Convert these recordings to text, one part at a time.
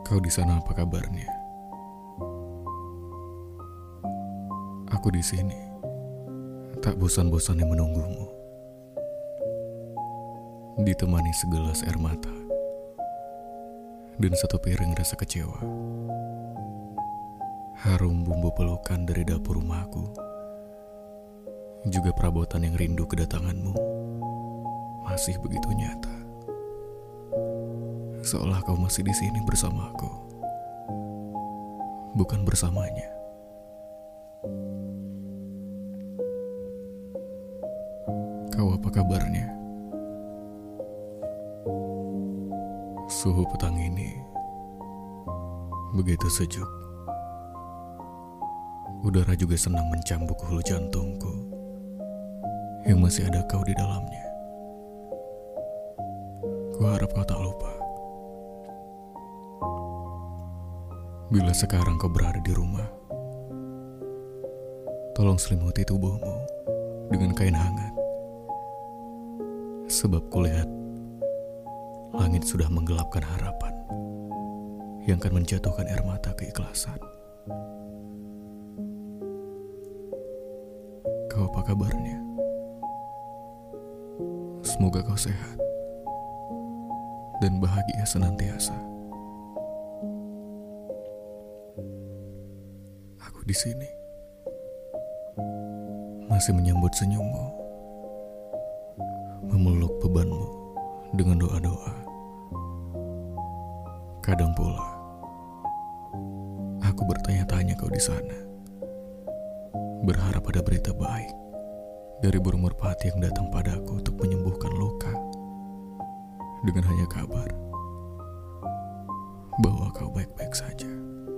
Kau di sana apa kabarnya? Aku di sini, tak bosan-bosannya menunggumu. Ditemani segelas air mata dan satu piring rasa kecewa. Harum bumbu pelukan dari dapur rumahku, juga perabotan yang rindu kedatanganmu, masih begitu nyata. Seolah kau masih di sini bersamaku, bukan bersamanya. Kau apa kabarnya? Suhu petang ini begitu sejuk. Udara juga senang mencambuk hulu jantungku yang masih ada kau di dalamnya. Kuharap kau tak lupa. Bila sekarang kau berada di rumah, tolong selimuti tubuhmu dengan kain hangat. Sebab kulihat langit sudah menggelapkan harapan yang akan menjatuhkan air mata keikhlasan. Kau apa kabarnya? Semoga kau sehat dan bahagia senantiasa. Aku di sini masih menyambut senyummu, memeluk bebanmu dengan doa-doa. Kadang pula aku bertanya-tanya kau di sana, berharap ada berita baik dari burung merpati yang datang padaku untuk menyembuhkan luka, dengan hanya kabar bahwa kau baik-baik saja.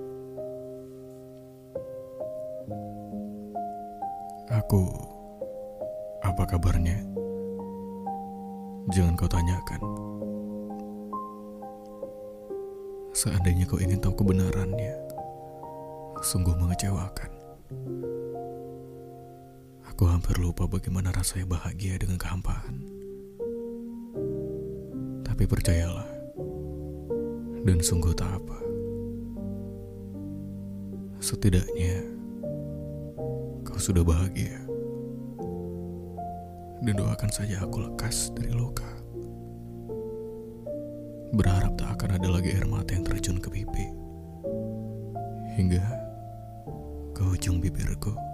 Aku, apa kabarnya? Jangan kau tanyakan. Seandainya kau ingin tahu kebenarannya, sungguh mengecewakan. Aku hampir lupa bagaimana rasanya bahagia dengan kehampaan. Tapi percayalah, dan sungguh tak apa. Setidaknya kau sudah bahagia. Dan doakan saja aku lekas dari luka. Berharap tak akan ada lagi air mata yang terjun ke pipi hingga ke ujung bibirku.